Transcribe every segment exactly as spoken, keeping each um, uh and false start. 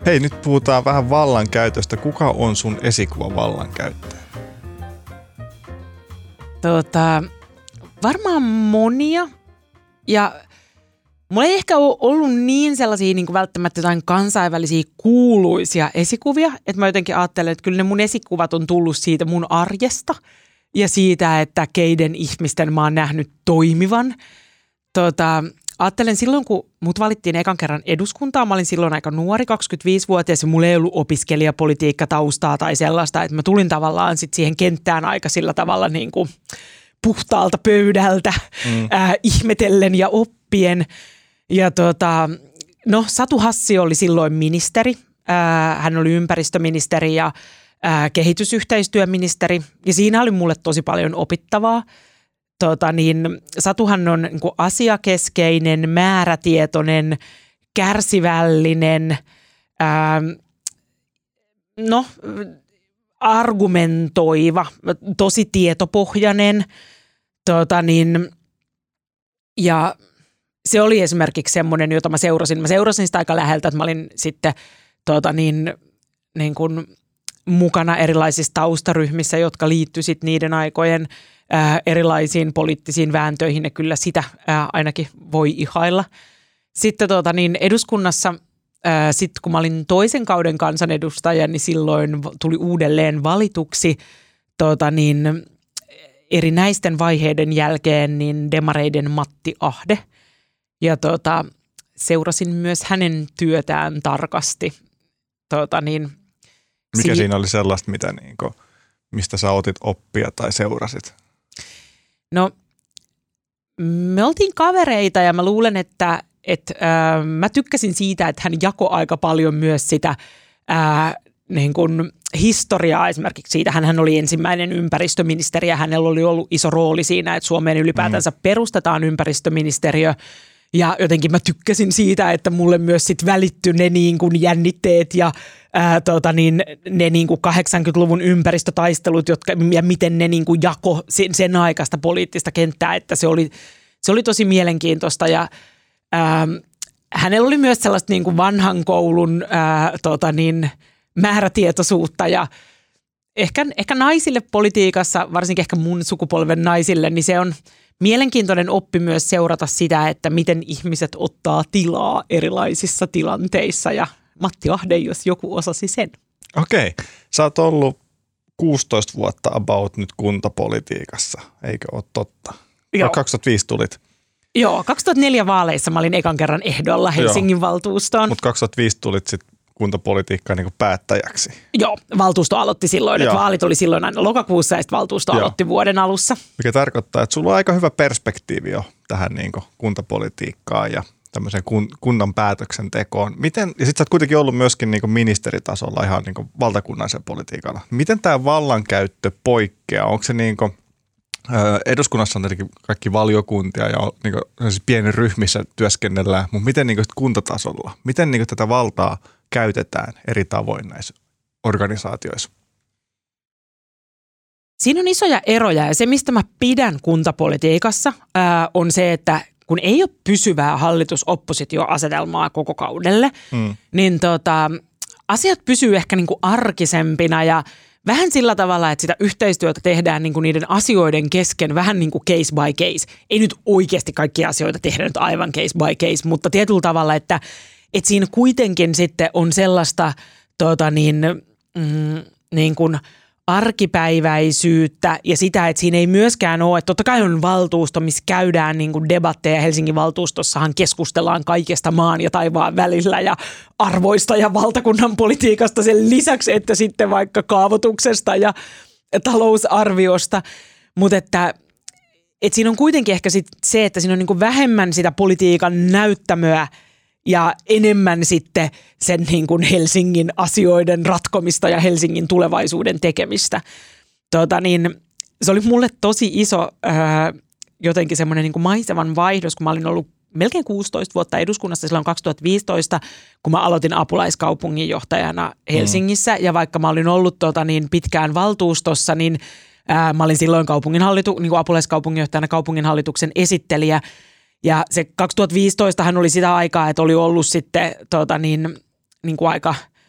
Hei, nyt puhutaan vähän vallankäytöstä. Kuka on sun esikuva vallankäyttäjä? Tota, varmaan monia. Ja mulla ei ehkä ole ollut niin sellaisia niin kuin välttämättä jotain kansainvälisiä kuuluisia esikuvia, että mä jotenkin ajattelen, että kyllä ne mun esikuvat on tullut siitä mun arjesta ja siitä, että keiden ihmisten mä oon nähnyt toimivan. Tota, ajattelen silloin, kun mut valittiin ekan kerran eduskuntaan, mä olin silloin aika nuori, kaksikymmentäviisivuotias, ja mulla ei ollut opiskelijapolitiikkataustaa tai sellaista, että mä tulin tavallaan sit siihen kenttään aika sillä tavalla niin kuin puhtaalta pöydältä, mm. äh, ihmetellen ja oppien. Ja tota, no Satu Hassi oli silloin ministeri, äh, hän oli ympäristöministeri ja äh, kehitysyhteistyöministeri, ja siinä oli mulle tosi paljon opittavaa. Tota niin, Satuhan on niin kuin asiakeskeinen, määrätietoinen, kärsivällinen, ää, no argumentoiva, tosi tietopohjainen. Tota niin, ja se oli esimerkiksi semmoinen, jota mä seurasin. Mä seurasin sitä aika läheltä, että mä olin sitten tota niin, niin kuin mukana erilaisissa taustaryhmissä, jotka liittyi sitten niiden aikojen Ää, erilaisiin poliittisiin vääntöihin, ja kyllä sitä ää, ainakin voi ihailla. Sitten tota, niin eduskunnassa, ää, sit kun mä olin toisen kauden kansanedustaja, niin silloin tuli uudelleen valituksi tota, niin, erinäisten vaiheiden jälkeen niin demareiden Matti Ahde. Ja tota, seurasin myös hänen työtään tarkasti. Tota, niin, Mikä si- siinä oli sellaista, mitä niinku, mistä sä otit oppia tai seurasit? No, me oltiin kavereita, ja mä luulen, että, että ää, mä tykkäsin siitä, että hän jakoi aika paljon myös sitä ää, niin kuin historiaa esimerkiksi siitä. Hän oli ensimmäinen ympäristöministeri, ja hänellä oli ollut iso rooli siinä, että Suomeen ylipäätänsä mm. perustetaan ympäristöministeriö. Ja jotenkin mä tykkäsin siitä, että mulle myös sit välittyi ne niin kuin jännitteet ja ää, tota niin, ne niin kuin kahdeksankymmentäluvun ympäristötaistelut, jotka, ja miten ne niin kuin jako sen, sen aikaista poliittista kenttää, että se oli, se oli tosi mielenkiintoista. Ja ää, hänellä oli myös sellaista niin kuin vanhan koulun ää, tota niin, määrätietoisuutta, ja ehkä, ehkä naisille politiikassa, varsinkin ehkä mun sukupolven naisille, niin se on mielenkiintoinen oppi myös seurata sitä, että miten ihmiset ottaa tilaa erilaisissa tilanteissa, ja Matti Ahde, jos joku osasi sen. Okei. Sä oot ollut kuusitoista vuotta about nyt kuntapolitiikassa, eikö ole totta? Joo. kaksituhattaviisi tulit. Joo, kaksituhattaneljä vaaleissa mä olin ekan kerran ehdolla Helsingin Joo. valtuustoon. Mutta kaksituhattaviisi tulit sitten kuntapolitiikkaan niin päättäjäksi. Joo, valtuusto aloitti silloin, että vaalit oli silloin aina lokakuussa, ja sitten valtuusto Joo. aloitti vuoden alussa. Mikä tarkoittaa, että sulla on aika hyvä perspektiivi jo tähän niin kuntapolitiikkaan ja tämmöiseen kun, kunnan päätöksentekoon. Miten, ja sitten sä oot kuitenkin ollut myöskin niin ministeritasolla ihan niin valtakunnallisen politiikalla. Miten tämä vallankäyttö poikkeaa? Onko se niin kuin, eduskunnassa on tietenkin kaikki valiokuntia ja niin pieni ryhmissä työskennellään, mutta miten niin kuntatasolla? Miten niin tätä valtaa käytetään eri tavoin näissä organisaatioissa? Siinä on isoja eroja, ja se, mistä mä pidän kuntapolitiikassa, ää, on se, että kun ei ole pysyvää hallitus-oppositio-asetelmaa koko kaudelle, mm. niin tota, asiat pysyy ehkä niin kuin arkisempina ja vähän sillä tavalla, että sitä yhteistyötä tehdään niin kuin niiden asioiden kesken vähän niin kuin case by case. Ei nyt oikeasti kaikkia asioita tehdä nyt aivan case by case, mutta tietyllä tavalla, että, että siinä kuitenkin sitten on sellaista tota niin, mm, niin kuin arkipäiväisyyttä ja sitä, että siinä ei myöskään ole, että totta kai on valtuusto, missä käydään niin kuin debatteja. Helsingin valtuustossahan keskustellaan kaikesta maan ja taivaan välillä ja arvoista ja valtakunnan politiikasta sen lisäksi, että sitten vaikka kaavoituksesta ja talousarviosta, mutta että, että siinä on kuitenkin ehkä sit se, että siinä on niin kuin vähemmän sitä politiikan näyttämöä ja enemmän sitten sen niin kuin Helsingin asioiden ratkomista ja Helsingin tulevaisuuden tekemistä. Tota niin, se oli mulle tosi iso ää, jotenkin semmoinen niin kuin maiseman vaihdos, kun mä olin ollut melkein kuusitoista vuotta eduskunnassa silloin kaksituhattaviisitoista, kun mä aloitin apulaiskaupunginjohtajana Helsingissä. Mm. Ja vaikka mä olin ollut tota niin pitkään valtuustossa, niin ää, mä olin silloin kaupunginhallitu, niin kuin apulaiskaupunginjohtajana kaupunginhallituksen esittelijä. Ja se kaksituhattaviisitoista hän oli sitä aikaa, että oli ollut sitten tota niin, niin kuin aika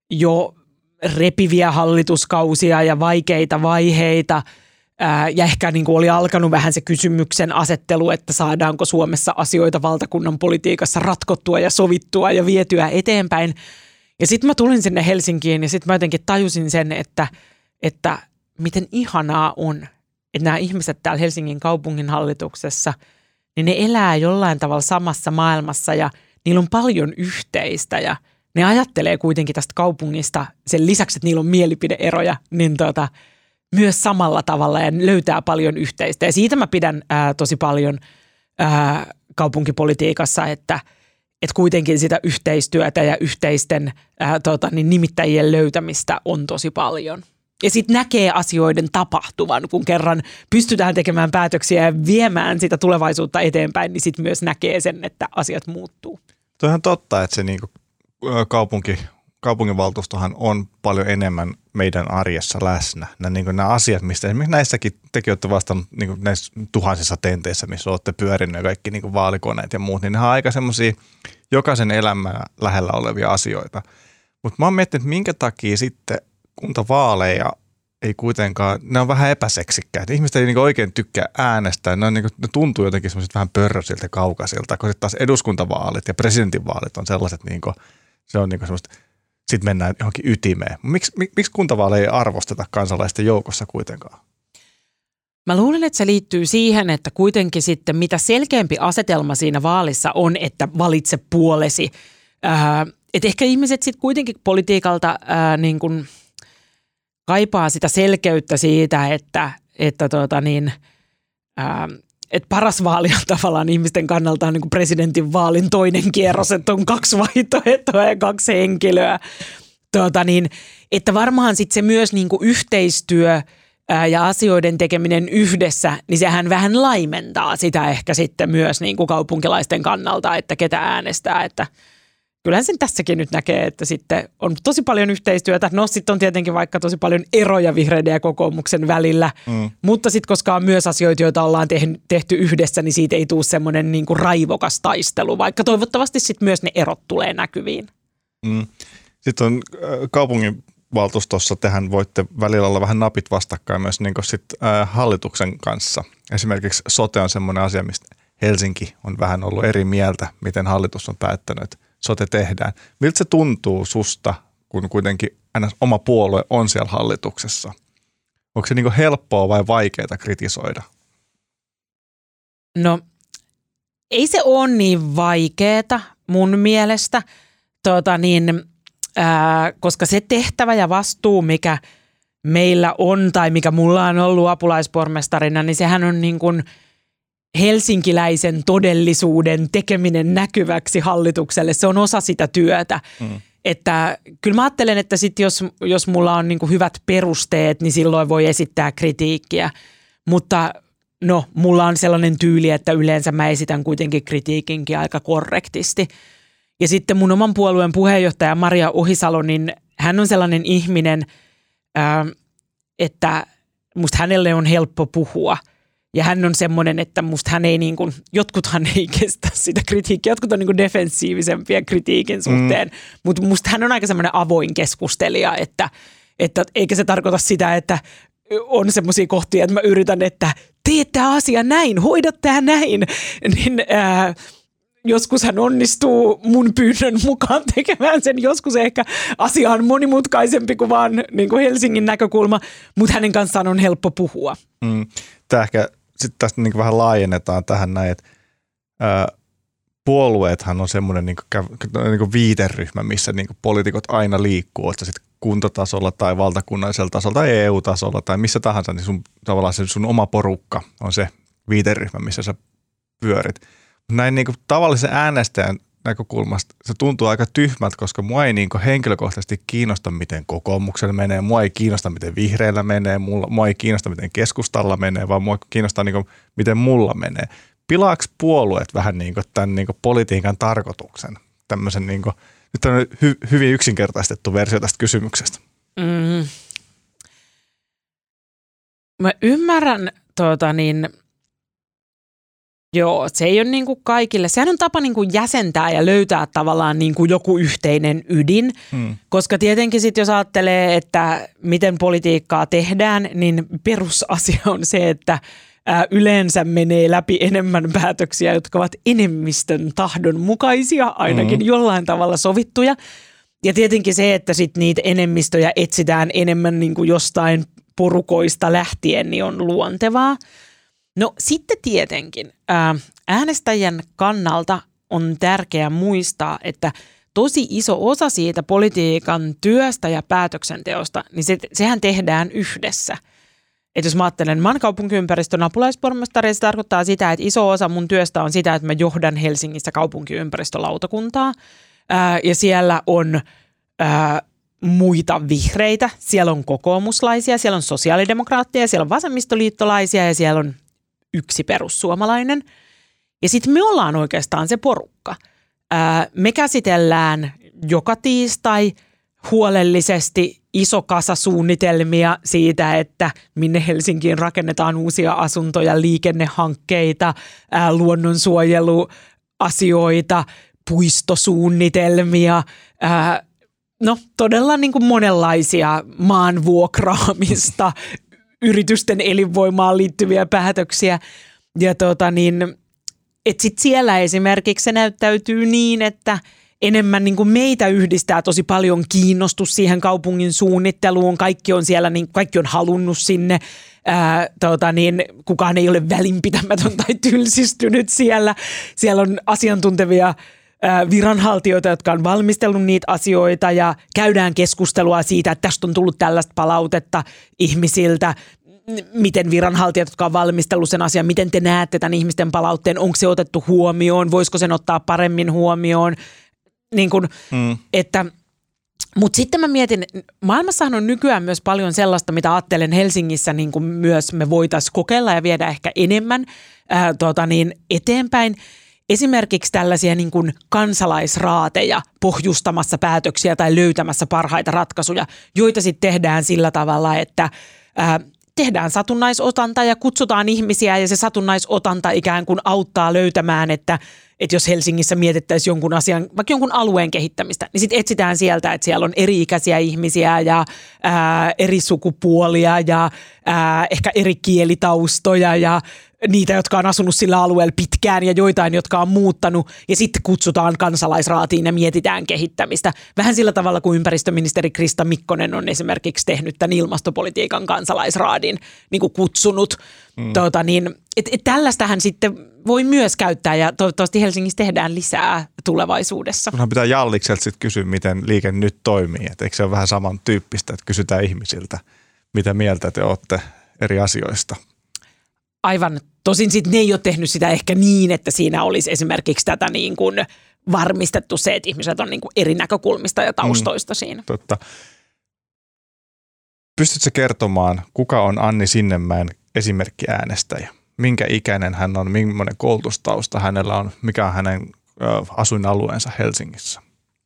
jo repiviä hallituskausia ja vaikeita vaiheita. Ää, ja ehkä niin kuin oli alkanut vähän se kysymyksen asettelu, että saadaanko Suomessa asioita valtakunnan politiikassa ratkottua ja sovittua ja vietyä eteenpäin. Ja sitten mä tulin sinne Helsinkiin ja sitten mä jotenkin tajusin sen, että, että miten ihanaa on, että nämä ihmiset täällä Helsingin kaupunginhallituksessa, niin ne elää jollain tavalla samassa maailmassa ja niillä on paljon yhteistä ja ne ajattelee kuitenkin tästä kaupungista sen lisäksi, että niillä on mielipideeroja, niin tota, myös samalla tavalla ja löytää paljon yhteistä. Ja siitä mä pidän ää, tosi paljon ää, kaupunkipolitiikassa, että et kuitenkin sitä yhteistyötä ja yhteisten ää, tota, niin nimittäjien löytämistä on tosi paljon. Ja sitten näkee asioiden tapahtuvan, kun kerran pystytään tekemään päätöksiä ja viemään sitä tulevaisuutta eteenpäin, niin sitten myös näkee sen, että asiat muuttuu. Tuo on ihan totta, että se niinku kaupunki, kaupunginvaltuustohan on paljon enemmän meidän arjessa läsnä. Nämä, niin nämä asiat, mistä esimerkiksi näissäkin tekin olette vastannut niin näissä tuhansissa tenteissä, missä olette pyörineet ja kaikki niin vaalikoneet ja muut, niin ne on aika semmoisia jokaisen elämää lähellä olevia asioita. Mutta mä oon miettinyt, että minkä takia sitten kuntavaaleja ei kuitenkaan, ne on vähän epäseksikkäitä. Ihmiset ei niin oikein tykkää äänestää, ne, on niin kuin, ne tuntuu jotenkin semmoiset vähän pörrösiltä ja kaukaisilta, kun sitten taas eduskuntavaalit ja presidentinvaalit on sellaiset, niin kuin, se on niin kuin semmoista, sitten mennään johonkin ytimeen. Miksi, miksi kuntavaaleja ei arvosteta kansalaisten joukossa kuitenkaan? Mä luulen, että se liittyy siihen, että kuitenkin sitten mitä selkeämpi asetelma siinä vaalissa on, että valitse puolesi. Äh, että ehkä ihmiset sitten kuitenkin politiikalta äh, niin kuin kaipaa sitä selkeyttä siitä, että, että tota niin, ää, et paras vaali on tavallaan ihmisten kannalta niin kuin presidentin vaalin toinen kierros, että on kaksi vaihtoehtoa ja kaksi henkilöä. Tota niin, että varmaan sitten se myös niin kuin yhteistyö ää, ja asioiden tekeminen yhdessä, niin sehän vähän laimentaa sitä ehkä sitten myös niin kuin kaupunkilaisten kannalta, että ketä äänestää, että kyllähän sen tässäkin nyt näkee, että sitten on tosi paljon yhteistyötä. No sitten on tietenkin vaikka tosi paljon eroja vihreiden ja kokoomuksen välillä, mm. mutta sitten koska on myös asioita, joita ollaan tehty yhdessä, niin siitä ei tule semmoinen niin kuin raivokas taistelu, vaikka toivottavasti sitten myös ne erot tulee näkyviin. Mm. Sitten on kaupunginvaltuustossa, tehän voitte välillä olla vähän napit vastakkain myös niin kuin sit, äh, hallituksen kanssa. Esimerkiksi sote on semmoinen asia, mistä Helsinki on vähän ollut eri mieltä, miten hallitus on päättänyt, sote tehdään. Miltä se tuntuu susta, kun kuitenkin aina oma puolue on siellä hallituksessa? Onko se niin kuin helppoa vai vaikeaa kritisoida? No ei se ole niin vaikeaa mun mielestä, tota niin, ää, koska se tehtävä ja vastuu, mikä meillä on tai mikä mulla on ollut apulaispormestarina, niin sehän on niin kuin helsinkiläisen todellisuuden tekeminen näkyväksi hallitukselle. Se on osa sitä työtä. Mm. Että kyllä mä ajattelen, että sit jos, jos mulla on niin kuin hyvät perusteet, niin silloin voi esittää kritiikkiä. Mutta no, mulla on sellainen tyyli, että yleensä mä esitän kuitenkin kritiikinkin aika korrektisti. Ja sitten mun oman puolueen puheenjohtaja Maria Ohisalo, niin hän on sellainen ihminen, että musta hänelle on helppo puhua. Ja hän on semmoinen, että musta hän ei niin kuin, jotkuthan ei kestä sitä kritiikkiä, jotkut on niin kuin defensiivisempia kritiikin suhteen, mm. mutta musta hän on aika semmoinen avoin keskustelija, että, että eikä se tarkoita sitä, että on semmoisia kohtia, että mä yritän, että teet tämä asia näin, hoida tämä näin, niin ää, joskus hän onnistuu mun pyynnön mukaan tekemään sen, joskus ehkä asia on monimutkaisempi kuin vaan niin kuin Helsingin näkökulma, mutta hänen kanssaan on helppo puhua. Mm. Tämä ehkä sitten tästä niin vähän laajennetaan tähän näin, että ää, puolueethan on semmoinen niin kuin, niin kuin viiteryhmä, missä niin kuin poliitikot aina liikkuu, että sitten kuntatasolla tai valtakunnallisella tasolla tai E U-tasolla tai missä tahansa, niin sun, tavallaan se sun oma porukka on se viiteryhmä, missä sä pyörit. Näin niin kuin tavallisen äänestäjän näkökulmasta se tuntuu aika tyhmältä, koska mua ei niin kuin henkilökohtaisesti kiinnosta, miten kokoomuksella menee, mua ei kiinnosta, miten vihreillä menee, mulla, mua ei kiinnosta, miten keskustalla menee, vaan mua kiinnostaa, niin kuin, miten mulla menee. Pilaako puolueet vähän niin kuin tämän niin kuin politiikan tarkoituksen? Tämmöisen niin kuin, nyt on hy, hyvin yksinkertaistettu versio tästä kysymyksestä. Mm. Mä ymmärrän tuota niin, Joo, se ei ole niin kuin kaikille. Sehän on tapa niin kuin jäsentää ja löytää tavallaan niin kuin joku yhteinen ydin, hmm. koska tietenkin sitten jos ajattelee, että miten politiikkaa tehdään, niin perusasia on se, että yleensä menee läpi enemmän päätöksiä, jotka ovat enemmistön tahdon mukaisia, ainakin hmm. jollain tavalla sovittuja. Ja tietenkin se, että sit niitä enemmistöjä etsitään enemmän niin kuin jostain porukoista lähtien, niin on luontevaa. No sitten tietenkin äänestäjän kannalta on tärkeää muistaa, että tosi iso osa siitä politiikan työstä ja päätöksenteosta, niin se, sehän tehdään yhdessä. Että jos mä ajattelen, mä oon kaupunkiympäristön apulaispormestari, se tarkoittaa sitä, että iso osa mun työstä on sitä, että mä johdan Helsingissä kaupunkiympäristölautakuntaa ää, ja siellä on ää, muita vihreitä, siellä on kokoomuslaisia, siellä on sosiaalidemokraatteja, siellä on vasemmistoliittolaisia ja siellä on yksi perussuomalainen. Ja sitten me ollaan oikeastaan se porukka. Ää, me käsitellään joka tiistai huolellisesti iso kasa suunnitelmia siitä, että minne Helsinkiin rakennetaan uusia asuntoja, liikennehankkeita, ää, luonnonsuojeluasioita, puistosuunnitelmia, ää, no todella niin kuin monenlaisia maan vuokraamista, yritysten elinvoimaan liittyviä päätöksiä. Ja tota niin, et sit siellä esimerkiksi se näyttäytyy niin, että enemmän niin kuin meitä yhdistää tosi paljon kiinnostus siihen kaupungin suunnitteluun. Kaikki on siellä, niin kaikki on halunnut sinne. Ää, tota niin, kukaan ei ole välinpitämätön tai tylsistynyt siellä. Siellä on asiantuntevia ää, viranhaltijoita, jotka on valmistellut niitä asioita ja käydään keskustelua siitä, että tästä on tullut tällaista palautetta ihmisiltä. Miten viranhaltijat, jotka on valmistellut sen asian, miten te näette tämän ihmisten palautteen, onko se otettu huomioon, voisiko sen ottaa paremmin huomioon. Niin kun, mm. että, mutta sitten mä mietin, maailmassahan on nykyään myös paljon sellaista, mitä ajattelen Helsingissä, niin kuin myös me voitaisiin kokeilla ja viedä ehkä enemmän ää, tota niin, eteenpäin. Esimerkiksi tällaisia niin kuin kansalaisraateja pohjustamassa päätöksiä tai löytämässä parhaita ratkaisuja, joita sitten tehdään sillä tavalla, että ää, tehdään satunnaisotanta ja kutsutaan ihmisiä ja se satunnaisotanta ikään kuin auttaa löytämään, että että jos Helsingissä mietittäisiin jonkun asian, vaikka jonkun alueen kehittämistä, niin sitten etsitään sieltä, että siellä on eri-ikäisiä ihmisiä ja ää, eri sukupuolia ja ää, ehkä eri kielitaustoja ja niitä, jotka on asunut sillä alueella pitkään ja joitain, jotka on muuttanut ja sitten kutsutaan kansalaisraatiin ja mietitään kehittämistä. Vähän sillä tavalla kuin ympäristöministeri Krista Mikkonen on esimerkiksi tehnyt tämän ilmastopolitiikan kansalaisraadin niin kuin kutsunut. Mm. Tota niin, et, et tällaistähän sitten voi myös käyttää ja toivottavasti Helsingissä tehdään lisää tulevaisuudessa. Kunhan pitää Jallikselta sitten kysyä, miten liike nyt toimii. Et eikö se ole vähän samantyyppistä, että kysytään ihmisiltä, mitä mieltä te olette eri asioista? Aivan. Tosin sitten ne ei ole tehnyt sitä ehkä niin, että siinä olisi esimerkiksi tätä niin kuin varmistettu se, että ihmiset on niin kuin eri näkökulmista ja taustoista mm, siinä. Totta. Pystytkö kertomaan, kuka on Anni Sinnemäen esimerkkiäänestäjä? Minkä ikäinen hän on, millainen koulutustausta hänellä on, mikä on hänen ö, asuinalueensa Helsingissä?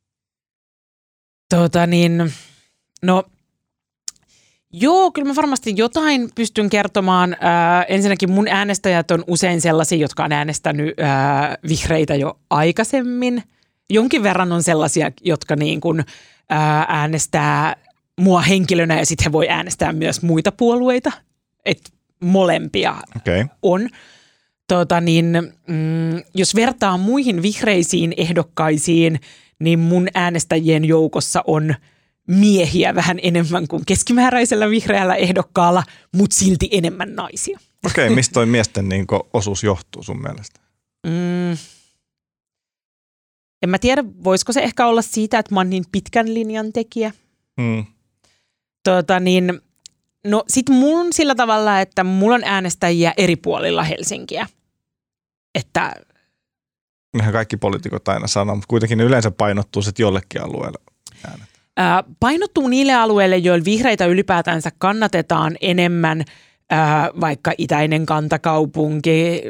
Tota niin, no joo, kyllä mä varmasti jotain pystyn kertomaan. Äh, ensinnäkin mun äänestäjät on usein sellaisia, jotka on äänestänyt äh, vihreitä jo aikaisemmin. Jonkin verran on sellaisia, jotka niin kuin, äh, äänestää mua henkilönä ja sitten he voi äänestää myös muita puolueita. Et molempia okay. on. Tota niin, mm, jos vertaa muihin vihreisiin ehdokkaisiin, niin mun äänestäjien joukossa on miehiä vähän enemmän kuin keskimääräisellä vihreällä ehdokkaalla, mutta silti enemmän naisia. Okei, okay, mistä toi miesten niin kuin osuus johtuu sun mielestä? Mm. En mä tiedä, voisiko se ehkä olla siitä, että mä oon niin pitkän linjan tekijä. Mm. Tota niin, no sit mulla on sillä tavalla, että mulla on äänestäjiä eri puolilla Helsinkiä. Että nehän kaikki poliitikot aina sanoo, mutta kuitenkin ne yleensä painottuu sitten jollekin alueelle äänet. Ää, painottuu niille alueille, joilla vihreitä ylipäätänsä kannatetaan enemmän, ää, vaikka itäinen kantakaupunki,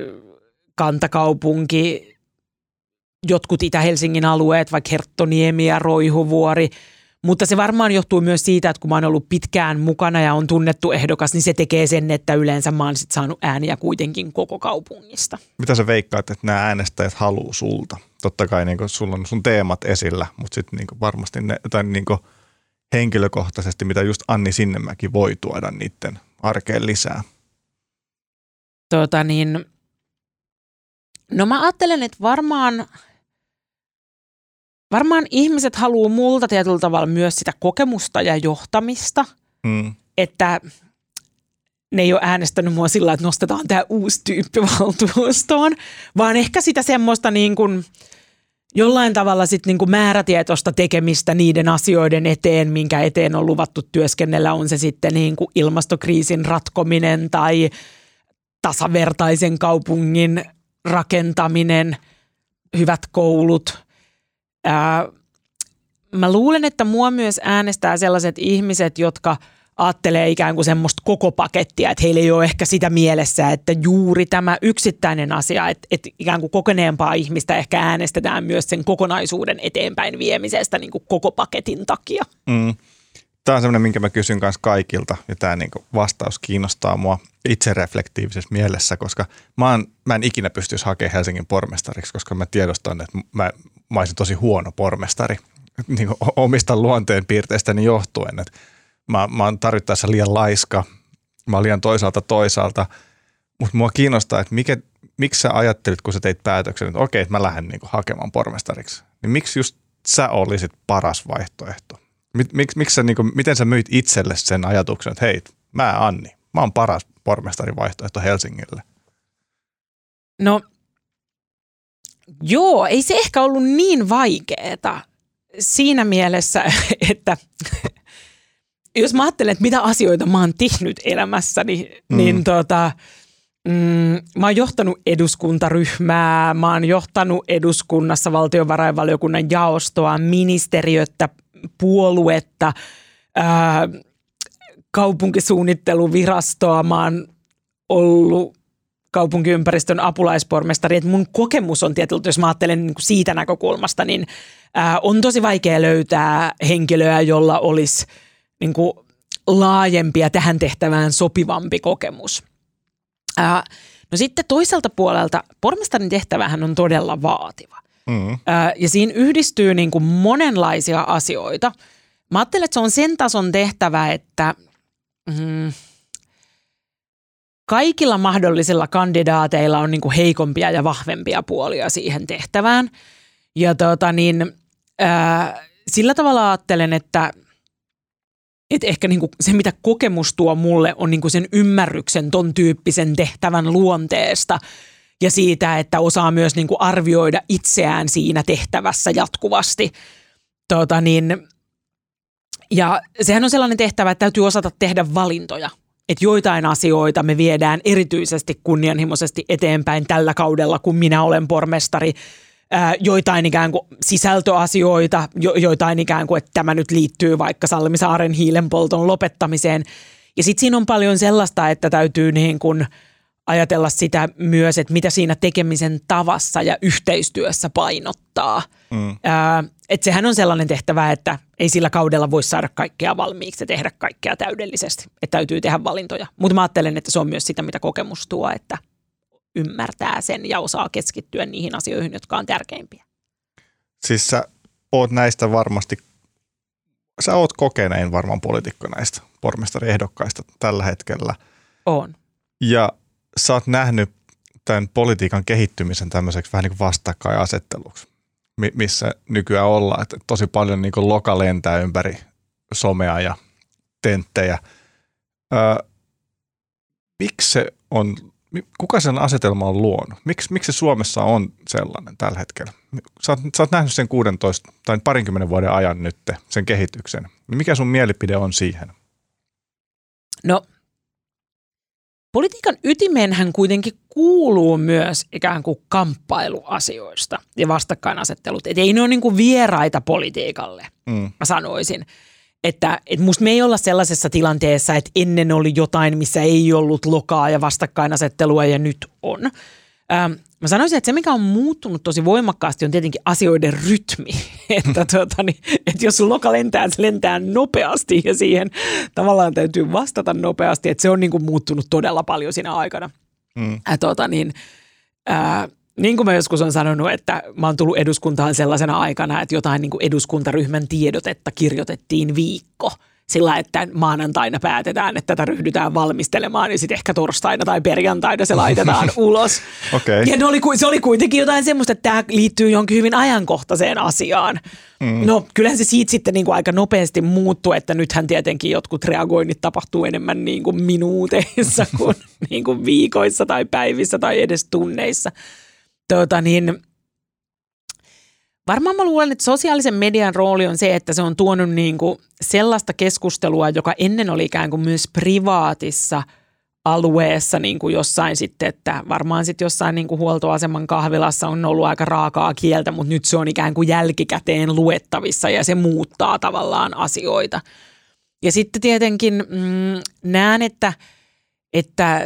kantakaupunki, jotkut Itä-Helsingin alueet, vaikka Herttoniemi ja Roihuvuori, Mutta se varmaan johtuu myös siitä, että kun mä oon ollut pitkään mukana ja on tunnettu ehdokas, niin se tekee sen, että yleensä mä oon sit saanut ääniä kuitenkin koko kaupungista. Mitä sä veikkaat, että nämä äänestäjät haluaa sulta? Totta kai niin sulla on sun teemat esillä, mutta sitten niin varmasti ne, tai niin henkilökohtaisesti, mitä just Anni Sinnemäki voi tuoda niiden arkeen lisää. Tota niin, no mä ajattelen, että varmaan... Varmaan ihmiset haluaa multa tietyllä tavalla myös sitä kokemusta ja johtamista, mm. että ne ei ole äänestänyt mua sillä, että nostetaan tämä uusi tyyppi valtuustoon, vaan ehkä sitä semmoista niin kuin jollain tavalla sit niin kuin määrätietoista tekemistä niiden asioiden eteen, minkä eteen on luvattu työskennellä, on se sitten niin kuin ilmastokriisin ratkominen tai tasavertaisen kaupungin rakentaminen, hyvät koulut. Ää, mä luulen, että mua myös äänestää sellaiset ihmiset, jotka ajattelee ikään kuin semmoista koko pakettia, että heillä ei ole ehkä sitä mielessä, että juuri tämä yksittäinen asia, että, että ikään kuin kokeneempaa ihmistä ehkä äänestetään myös sen kokonaisuuden eteenpäin viemisestä niin kuin koko paketin takia. Mm. Tämä on semmoinen, minkä mä kysyn kanssa kaikilta, ja tämä niin kuin vastaus kiinnostaa mua itsereflektiivisessä mielessä, koska mä, on, mä en ikinä pystyisi hakemaan Helsingin pormestariksi, koska mä tiedostan, että mä, mä olisin tosi huono pormestari niin kuin omista luonteen piirteistäni johtuen. Että mä, mä oon tarvittaessa liian laiska, mä oon liian toisaalta toisaalta, mutta mua kiinnostaa, että mikä, miksi sä ajattelit, kun sä teit päätöksen, että okei, että mä lähden niin kuin hakemaan pormestariksi, niin miksi just sä olisit paras vaihtoehto? Mik, miksi sä, niin kuin, miten sä myit itselle sen ajatuksen, että hei, mä Anni, mä oon paras pormestarin vaihtoehto Helsingille? No joo, ei se ehkä ollut niin vaikeeta siinä mielessä, että jos mä ajattelen, että mitä asioita mä oon tehnyt elämässäni, mm. niin tota, mm, mä oon johtanut eduskuntaryhmää, mä oon johtanut eduskunnassa valtiovarainvaliokunnan jaostoa, ministeriötä, puoluetta, ää, kaupunkisuunnitteluvirastoa, mä oon ollut kaupunkiympäristön apulaispormestari, että mun kokemus on tietysti, jos mä ajattelen niin kuin siitä näkökulmasta, niin ää, on tosi vaikea löytää henkilöä, jolla olisi niin kuin laajempi ja tähän tehtävään sopivampi kokemus. Ää, no sitten toiselta puolelta pormestarin tehtävähän on todella vaativa. Mm. Ää, ja siinä yhdistyy niin kuin monenlaisia asioita. Mä ajattelen, että se on sen tason tehtävä, että mm, kaikilla mahdollisilla kandidaateilla on niin kuin heikompia ja vahvempia puolia siihen tehtävään. Ja tota niin, ää, sillä tavalla ajattelen, että Että ehkä niinku se, mitä kokemus tuo mulle, on niinku sen ymmärryksen ton tyyppisen tehtävän luonteesta ja siitä, että osaa myös niinku arvioida itseään siinä tehtävässä jatkuvasti. Tota niin, ja sehän on sellainen tehtävä, että täytyy osata tehdä valintoja. Että joitain asioita me viedään erityisesti kunnianhimoisesti eteenpäin tällä kaudella, kun minä olen pormestari. Joitain ikään kuin sisältöasioita, jo, joitain ikään kuin, että tämä nyt liittyy vaikka Salmisaaren hiilenpolton lopettamiseen. Ja sitten siinä on paljon sellaista, että täytyy niin kuin ajatella sitä myös, että mitä siinä tekemisen tavassa ja yhteistyössä painottaa. Mm. Ää, että sehän on sellainen tehtävä, että ei sillä kaudella voi saada kaikkea valmiiksi ja tehdä kaikkea täydellisesti. Että täytyy tehdä valintoja. Mutta mä ajattelen, että se on myös sitä, mitä kokemus tuo, että ymmärtää sen ja osaa keskittyä niihin asioihin, jotka on tärkeimpiä. Siis sä oot näistä varmasti, sä oot kokenein varmaan poliitikko näistä pormestariehdokkaista tällä hetkellä. On. Ja sä oot nähnyt tämän politiikan kehittymisen tämmöiseksi vähän niin kuin vastakkainasetteluksi, missä nykyään ollaan. Että tosi paljon niin kuin loka lentää ympäri somea ja tenttejä. Öö, miksi se on... Kuka sen asetelma on luonut? Miks, miksi se Suomessa on sellainen tällä hetkellä? Sä oot, sä oot nähnyt sen kuudentoista tai parinkymmenen vuoden ajan nyt sen kehityksen. Mikä sun mielipide on siihen? No, politiikan ytimeenhän kuitenkin kuuluu myös ikään kuin kamppailuasioista ja vastakkainasettelut. Et ei ne ole niin kuin vieraita politiikalle, mm. mä sanoisin. Että, että musta me ei olla sellaisessa tilanteessa, että ennen oli jotain, missä ei ollut lokaa ja vastakkainasettelua ja nyt on. Ähm, mä sanoisin, että se mikä on muuttunut tosi voimakkaasti on tietenkin asioiden rytmi. että, tuota, niin, että jos sun loka lentää, se lentää nopeasti ja siihen tavallaan täytyy vastata nopeasti. Että se on niin kuin muuttunut todella paljon siinä aikana. Mm. Äh, tuota, niin, äh, niin kuin mä joskus on sanonut, että mä oon tullut eduskuntaan sellaisena aikana, että jotain niin kuin eduskuntaryhmän tiedotetta kirjoitettiin viikko. Sillä, että maanantaina päätetään, että tätä ryhdytään valmistelemaan, ja sitten ehkä torstaina tai perjantaina se laitetaan ulos. Okay. Ja ne oli, se oli kuitenkin jotain semmoista, että tämä liittyy johonkin hyvin ajankohtaiseen asiaan. Mm. No kyllähän se siitä sitten niin kuin aika nopeasti muuttui, että nythän tietenkin jotkut reagoinnit tapahtuu enemmän niin kuin minuuteissa kuin, niin kuin viikoissa tai päivissä tai edes tunneissa. Tuota niin... Varmaan mä luulen, että sosiaalisen median rooli on se, että se on tuonut niin kuin sellaista keskustelua, joka ennen oli ikään kuin myös privaatissa alueessa niin kuin jossain sitten, että varmaan sitten jossain niin kuin huoltoaseman kahvilassa on ollut aika raakaa kieltä, mutta nyt se on ikään kuin jälkikäteen luettavissa ja se muuttaa tavallaan asioita. Ja sitten tietenkin mm, näen, että, että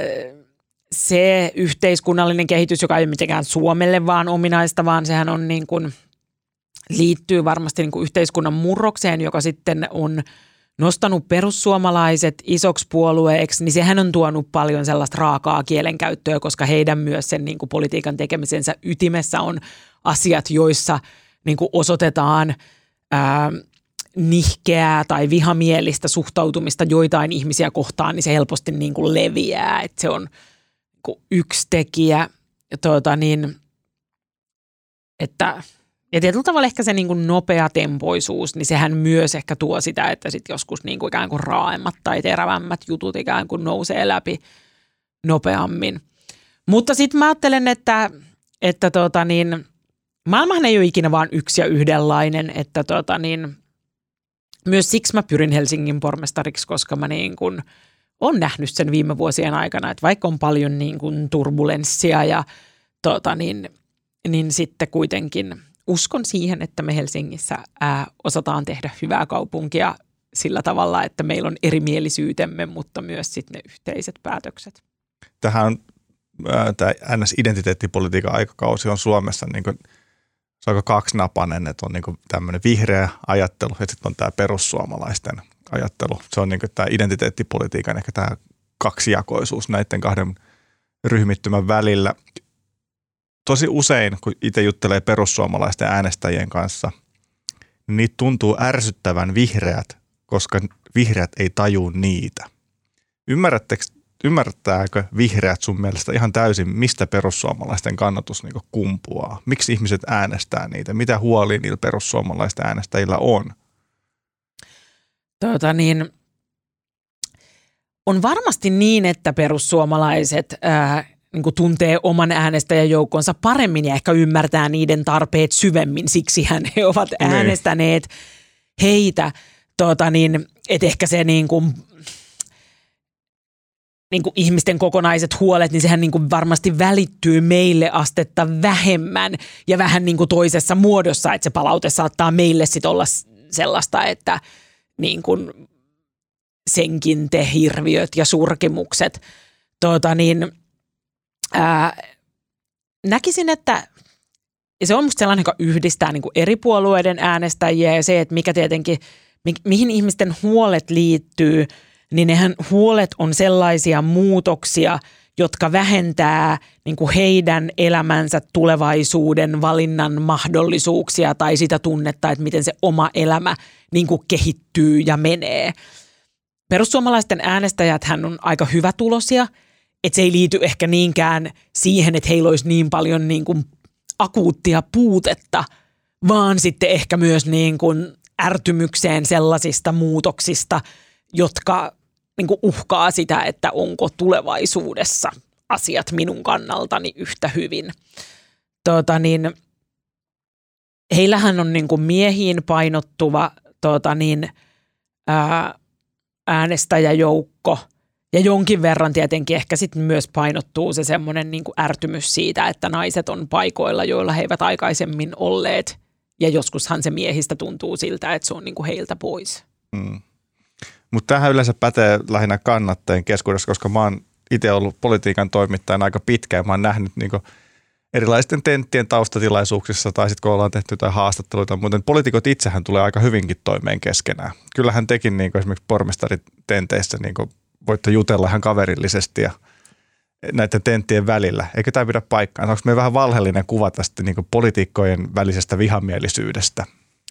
se yhteiskunnallinen kehitys, joka ei ole mitenkään Suomelle vaan ominaista, vaan sehän on niin kuin liittyy varmasti niin kuin yhteiskunnan murrokseen, joka sitten on nostanut perussuomalaiset isoksi puolueeksi, niin sehän on tuonut paljon sellaista raakaa kielenkäyttöä, koska heidän myös sen niin kuin politiikan tekemisensä ytimessä on asiat, joissa niin kuin osoitetaan ää, nihkeää tai vihamielistä suhtautumista joitain ihmisiä kohtaan, niin se helposti niin kuin leviää, että se on niin kuin yksi tekijä, ja tuota niin, että ja tietyllä tavalla ehkä se niin kuin nopea tempoisuus, niin sehän myös ehkä tuo sitä, että sitten joskus niin kuin ikään kuin raaemmat tai terävämmät jutut ikään kuin nousee läpi nopeammin. Mutta sitten mä ajattelen, että, että tota niin, maailmahan ei ole ikinä vaan yksi ja yhdenlainen, että tota niin, myös siksi mä pyrin Helsingin pormestariksi, koska mä niin kuin olen nähnyt sen viime vuosien aikana, että vaikka on paljon niin kuin turbulenssia ja tota niin, niin sitten kuitenkin uskon siihen, että me Helsingissä ää, osataan tehdä hyvää kaupunkia sillä tavalla, että meillä on erimielisyytemme, mutta myös sitten ne yhteiset päätökset. Tähän on tämä N S-identiteettipolitiikan aikakausi on Suomessa niin kuin, se on aika kaksinapainen, että on niin kuin tämmöinen vihreä ajattelu ja sitten on tämä perussuomalaisten ajattelu. Se on niin kuin tämä identiteettipolitiikan ehkä tämä kaksijakoisuus näiden kahden ryhmittymän välillä. Tosi usein, kun itse juttelee perussuomalaisten äänestäjien kanssa, niin niitä tuntuu ärsyttävän vihreät, koska vihreät ei tajuu niitä. Ymmärrättääkö vihreät sun mielestä ihan täysin, mistä perussuomalaisten kannatus niin kuin kumpuaa? Miksi ihmiset äänestää niitä? Mitä huolia niillä perussuomalaisten äänestäjillä on? Tuota niin, on varmasti niin, että perussuomalaiset ää, niin kuin tuntee oman äänestäjäjoukkonsa paremmin ja ehkä ymmärtää niiden tarpeet syvemmin. Siksihän he ovat äänestäneet heitä. Tuota niin, että ehkä se niin kuin, niin kuin ihmisten kokonaiset huolet, niin sehän niin kuin varmasti välittyy meille astetta vähemmän ja vähän niin kuin toisessa muodossa, että se palaute saattaa meille sitten olla sellaista, että niin kuin senkin te hirviöt ja surkimukset. Tuota niin, ää, näkisin, että ja se on musta sellainen, joka yhdistää niin kuin eri puolueiden äänestäjiä ja se, että mikä tietenkin, mi- mihin ihmisten huolet liittyy, niin nehän huolet on sellaisia muutoksia, jotka vähentää niin kuin heidän elämänsä tulevaisuuden valinnan mahdollisuuksia tai sitä tunnetta, että miten se oma elämä niin kuin kehittyy ja menee. Perussuomalaisten äänestäjäthän on aika hyvätuloisia, että se ei liity ehkä niinkään siihen, että heillä olisi niin paljon niin kuin akuuttia puutetta, vaan sitten ehkä myös niin kuin ärtymykseen sellaisista muutoksista, jotka niin kuin uhkaa sitä, että onko tulevaisuudessa asiat minun kannaltani yhtä hyvin. Tuota niin, heillähän on niin kuin miehiin painottuva tuota niin, ää, äänestäjäjoukko ja jonkin verran tietenkin ehkä sitten myös painottuu se semmoinen niin kuin ärtymys siitä, että naiset on paikoilla, joilla he eivät aikaisemmin olleet ja joskushan se miehistä tuntuu siltä, että se on niin kuin heiltä pois. Hmm. Mutta tämähän yleensä pätee lähinnä kannattajien keskuudessa, koska mä oon itse ollut politiikan toimittajana aika pitkään. Mä oon nähnyt niinku erilaisten tenttien taustatilaisuuksissa tai sitten kun ollaan tehty jotain haastatteluita, muuten poliitikot itsehän tulee aika hyvinkin toimeen keskenään. Kyllähän tekin niin kuin esimerkiksi pormestaritenteissä niin kuin voitte jutella ihan kaverillisesti ja näiden tenttien välillä. Eikö tämä pidä paikkaan? Onko meillä vähän valheellinen kuva tästä niin kuin poliitikkojen välisestä vihamielisyydestä?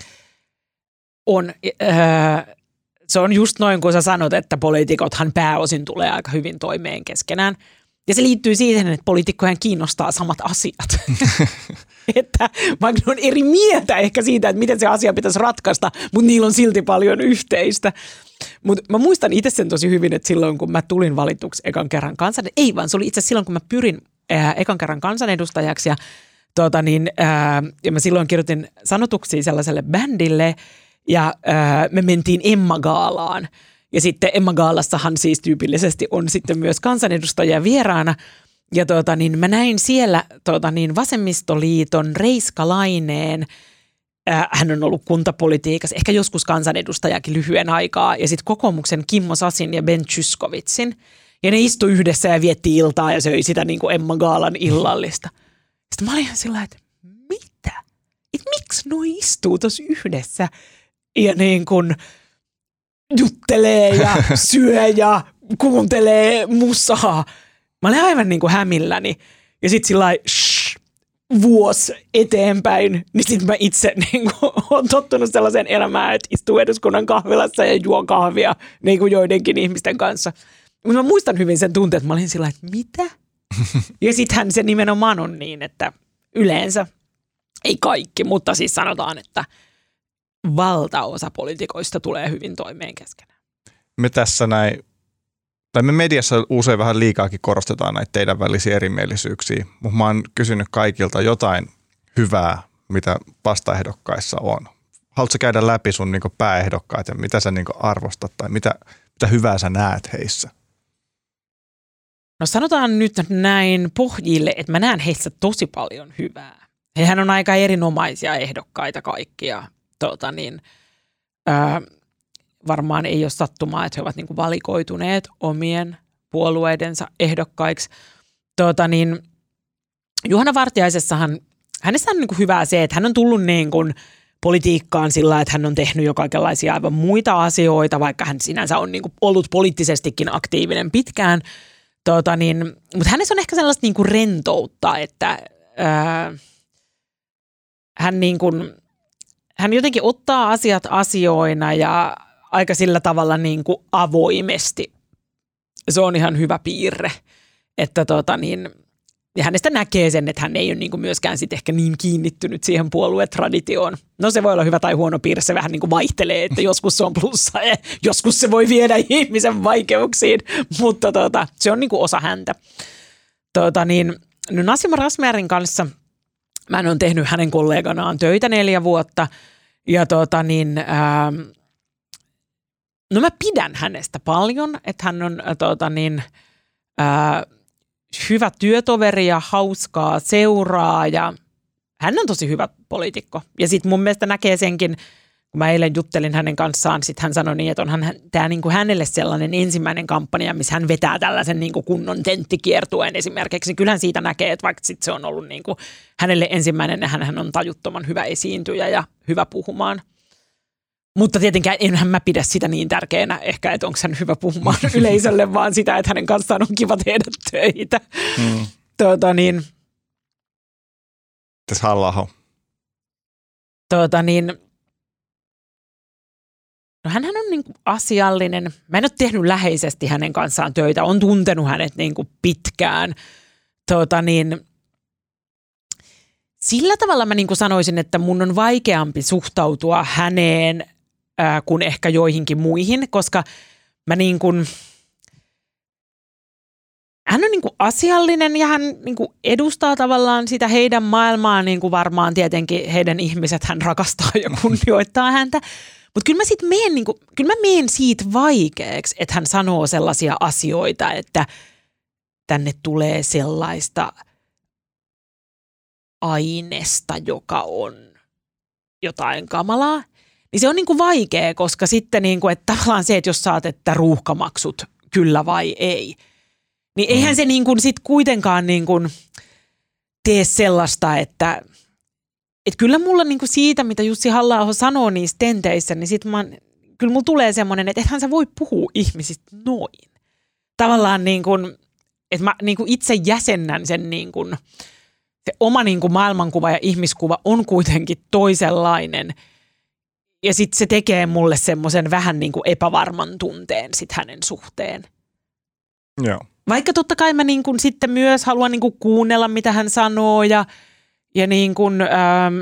On. Äh, se on just noin, kun sä sanot, että poliitikothan pääosin tulee aika hyvin toimeen keskenään. Ja se liittyy siihen, että poliitikkojen kiinnostaa samat asiat. Että vaikka ne on eri mieltä ehkä siitä, että miten se asia pitäisi ratkaista, mutta niillä on silti paljon yhteistä. Mutta mä muistan itse sen tosi hyvin, että silloin kun mä tulin valituksi ekan kerran kansanedustajaksi, ei vaan se oli itse silloin kun mä pyrin ää, ekan kerran kansanedustajaksi ja, tuota, niin, ää, ja mä silloin kirjoitin sanotuksia sellaiselle bändille ja ää, me mentiin Emma-gaalaan. Ja sitten Emma-gaalassahan siis tyypillisesti on sitten myös kansanedustajia vieraana. Ja tuota, niin mä näin siellä tuota, niin Vasemmistoliiton Reiska Laineen. Äh, hän on ollut kuntapolitiikassa, ehkä joskus kansanedustajakin lyhyen aikaa. Ja sitten kokoomuksen Kimmo Sasin ja Ben Zyskowiczin. Ja ne istui yhdessä ja vietti iltaa ja söi sitä niin kuin Emma-gaalan illallista. Sitten mä olin ihan sillä että mitä? Et miksi noi istuu tuossa yhdessä? Ja niin kuin juttelee ja syö ja kuuntelee musaa. Mä olin aivan niin kuin hämilläni. Ja sitten sillä lailla vuosi eteenpäin, niin sitten mä itse niin kuin olen tottunut sellaiseen elämään, että istuu eduskunnan kahvilassa ja juon kahvia niin kuin joidenkin ihmisten kanssa. Mutta mä muistan hyvin sen tunteen, että mä olin sillä että mitä? Ja sittenhän se nimenomaan on niin, että yleensä, ei kaikki, mutta siis sanotaan, että valtaosa poliitikoista tulee hyvin toimeen keskenään. Me tässä näin, tai me mediassa usein vähän liikaakin korostetaan näitä teidän välisiä erimielisyyksiä, mutta mä oon kysynyt kaikilta jotain hyvää, mitä vastaehdokkaissa on. Haluatko käydä läpi sun niinku pääehdokkaat ja mitä sä niinku arvostat tai mitä, mitä hyvää sä näet heissä? No sanotaan nyt näin pohjille, että mä näen heissä tosi paljon hyvää. Hehän on aika erinomaisia ehdokkaita kaikkia. Tuota niin, ää, varmaan ei ole sattumaa, että he ovat niinku valikoituneet omien puolueidensa ehdokkaiksi. Tuota niin, Juhana Vartiaisessahan, hänessä on niinku hyvää se, että hän on tullut niinku politiikkaan sillä, että hän on tehnyt jo kaikenlaisia aivan muita asioita, vaikka hän sinänsä on niinku ollut poliittisestikin aktiivinen pitkään. Tuota niin, mutta hänessä on ehkä sellaista niinku rentoutta, että ää, hän niinku Hän jotenkin ottaa asiat asioina ja aika sillä tavalla niin kuin avoimesti. Se on ihan hyvä piirre. Että tota niin, ja hänestä näkee sen, että hän ei ole niin kuin myöskään sit ehkä niin kiinnittynyt siihen puoluetraditioon. No se voi olla hyvä tai huono piirre, se vähän niin kuin vaihtelee, että joskus se on plussa ja joskus se voi viedä ihmisen vaikeuksiin, mutta tota, se on niin kuin osa häntä. Tota niin, no Nassim Razmyarin kanssa mä oon tehnyt hänen kolleganaan töitä neljä vuotta ja tota niin, ää, no mä pidän hänestä paljon, että hän on tota niin, ää, hyvä työtoveri ja hauskaa seuraa ja hän on tosi hyvä poliitikko. Ja sitten mun mielestä näkee senkin, kun mä eilen juttelin hänen kanssaan, sitten hän sanoi niin, että onhan tämä niinku hänelle sellainen ensimmäinen kampanja, missä hän vetää tällaisen niinku kunnon tenttikiertueen esimerkiksi. Niin kyllähän siitä näkee, että vaikka sit se on ollut niinku hänelle ensimmäinen, ja hän on tajuttoman hyvä esiintyjä ja hyvä puhumaan. Mutta tietenkään enhän mä pidä sitä niin tärkeänä ehkä, että onko hän hyvä puhumaan yleisölle, vaan sitä, että hänen kanssaan on kiva tehdä töitä. Mm. Tuota niin. Tässä Halla-aho. Tuota niin. No hänhän on niin kuin asiallinen. Mä en ole tehnyt läheisesti hänen kanssaan töitä. Olen tuntenut hänet niin kuin pitkään. Tuota niin, sillä tavalla mä niin kuin sanoisin, että mun on vaikeampi suhtautua häneen ää, kuin ehkä joihinkin muihin, koska mä niin kuin, hän on niin kuin asiallinen ja hän niin kuin edustaa tavallaan sitä heidän maailmaa, niin kuin varmaan tietenkin heidän ihmiset hän rakastaa ja kunnioittaa häntä. Mutta kyllä mä sit meen, niinku, kyllä mä meen siitä vaikeaksi, että hän sanoo sellaisia asioita, että tänne tulee sellaista ainesta, joka on jotain kamalaa. Niin se on niinku vaikea, koska sitten niinku, että tavallaan se, että jos saat, että ruuhkamaksut kyllä vai ei, niin eihän se niinku sit kuitenkaan niinku, tee sellaista, että et kyllä mulla niinku siitä, mitä Jussi Halla-aho sanoo niissä tenteissä, niin sit mä, kyllä mulla tulee semmoinen, että ethän sä voi puhua ihmisistä noin. Tavallaan niin kuin, että mä niin kuin itse jäsennän sen niin kuin, se oma niin kuin maailmankuva ja ihmiskuva on kuitenkin toisenlainen. Ja sitten se tekee mulle semmoisen vähän niin kuin epävarman tunteen sit hänen suhteen. Joo. Vaikka totta kai mä niin kuin sitten myös haluan niin kuin kuunnella, mitä hän sanoo ja, ja niin kuin, ähm,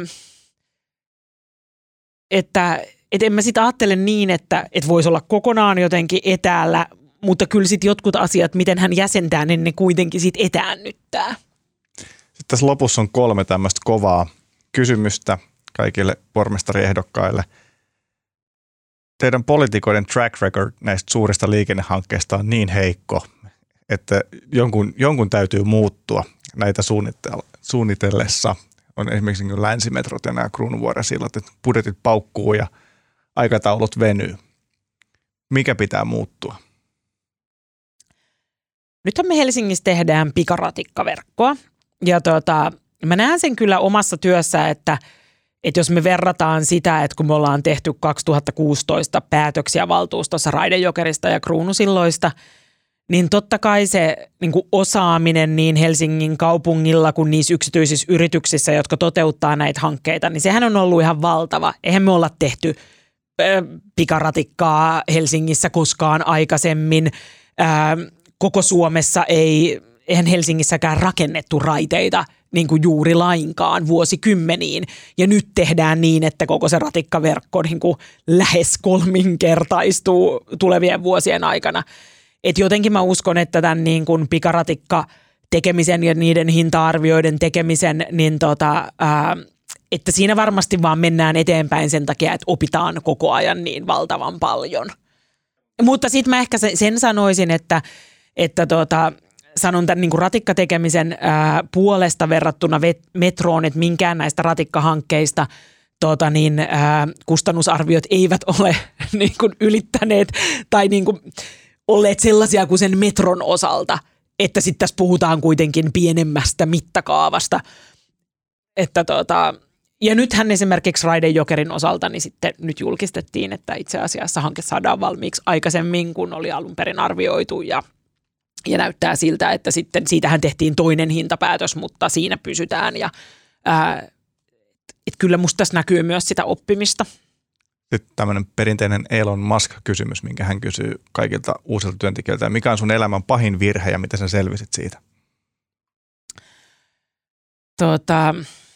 että et en mä sitten ajattele niin, että et voisi olla kokonaan jotenkin etäällä, mutta kyllä sitten jotkut asiat, miten hän jäsentää, niin ne kuitenkin sitten etäännyttää. Sitten tässä lopussa on kolme tämmöistä kovaa kysymystä kaikille pormestariehdokkaille. Teidän poliitikoiden track record näistä suurista liikennehankkeista on niin heikko, että jonkun, jonkun täytyy muuttua näitä suunnitellessa. On esimerkiksi niin länsimetrot ja nämä Kruunuvuoren sillat, että budjetit paukkuu ja aikataulut venyy. Mikä pitää muuttua? Nythän me Helsingissä tehdään pikaratikkaverkkoa ja tota, mä näen sen kyllä omassa työssä, että, että jos me verrataan sitä, että kun me ollaan tehty kaksituhattakuusitoista päätöksiä valtuustossa Raidejokerista ja Kruunusilloista, niin totta kai se niin kuin osaaminen niin Helsingin kaupungilla kuin niissä yksityisissä yrityksissä, jotka toteuttaa näitä hankkeita, niin sehän on ollut ihan valtava. Eihän me olla tehty ö, pikaratikkaa Helsingissä koskaan aikaisemmin. Ö, koko Suomessa ei, eihän Helsingissäkään rakennettu raiteita niin kuin juuri lainkaan vuosikymmeniin. Ja nyt tehdään niin, että koko se ratikkaverkko niin kuin lähes kolminkertaistuu tulevien vuosien aikana. Et jotenkin mä uskon, että tämän niin kuin pikaratikka tekemisen ja niiden hinta-arvioiden tekemisen, niin tota, ää, että siinä varmasti vaan mennään eteenpäin sen takia, että opitaan koko ajan niin valtavan paljon. Mutta sitten mä ehkä sen sanoisin, että, että tota, sanon tämän niin kuin ratikkatekemisen ää, puolesta verrattuna vet- metroon, että minkään näistä ratikkahankkeista tota, niin, ää, kustannusarviot eivät ole niin kuin ylittäneet tai niin kuin olleet sellaisia kuin sen metron osalta, että sitten tässä puhutaan kuitenkin pienemmästä mittakaavasta. Että tota, ja nythän esimerkiksi Raidejokerin osalta niin sitten nyt julkistettiin, että itse asiassa hanke saadaan valmiiksi aikaisemmin, kun oli alun perin arvioitu ja, ja näyttää siltä, että sitten siitähän tehtiin toinen hintapäätös, mutta siinä pysytään ja ää, et kyllä musta tässä näkyy myös sitä oppimista. Sitten tämmöinen perinteinen Elon Musk-kysymys, minkä hän kysyy kaikilta uusilta työntekijöiltä. Mikä on sun elämän pahin virhe ja miten sä selvisit siitä? Tota,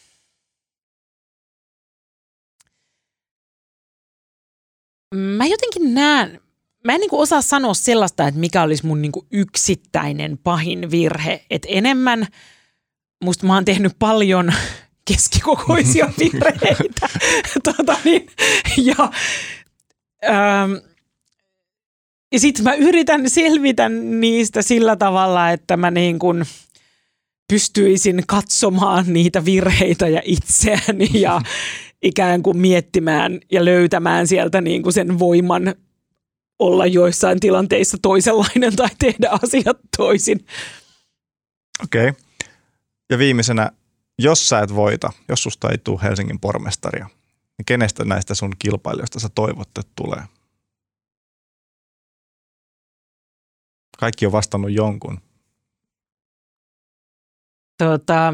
mä jotenkin näen, mä en niinku osaa sanoa sellaista, että mikä olisi mun niinku yksittäinen pahin virhe. Että enemmän, musta mä oon tehnyt paljon keskikokoisia virheitä. tota niin, ja ähm, ja sitten mä yritän selvitä niistä sillä tavalla, että mä niin kuin pystyisin katsomaan niitä virheitä ja itseäni ja ikään kuin miettimään ja löytämään sieltä niin kuin sen voiman olla joissain tilanteissa toisenlainen tai tehdä asiat toisin. Okei. Okay. Ja viimeisenä, jos sä et voita, jos susta ei tule Helsingin pormestaria, niin kenestä näistä sun kilpailijoista sä toivot, että tulee? Kaikki on vastannut jonkun. Tota,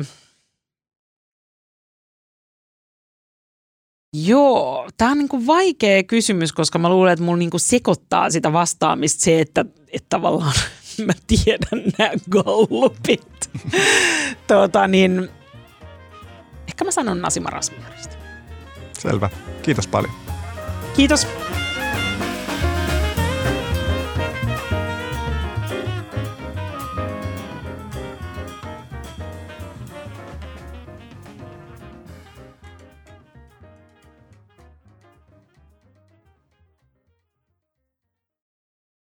joo, tää on niinku vaikea kysymys, koska mä luulen, että mulla niinku sekoittaa sitä vastaamista se, että, että tavallaan mä tiedän nämä gallupit. tota niin, ehkä mä sanon Nasima Razmyarista. Selvä. Kiitos paljon. Kiitos.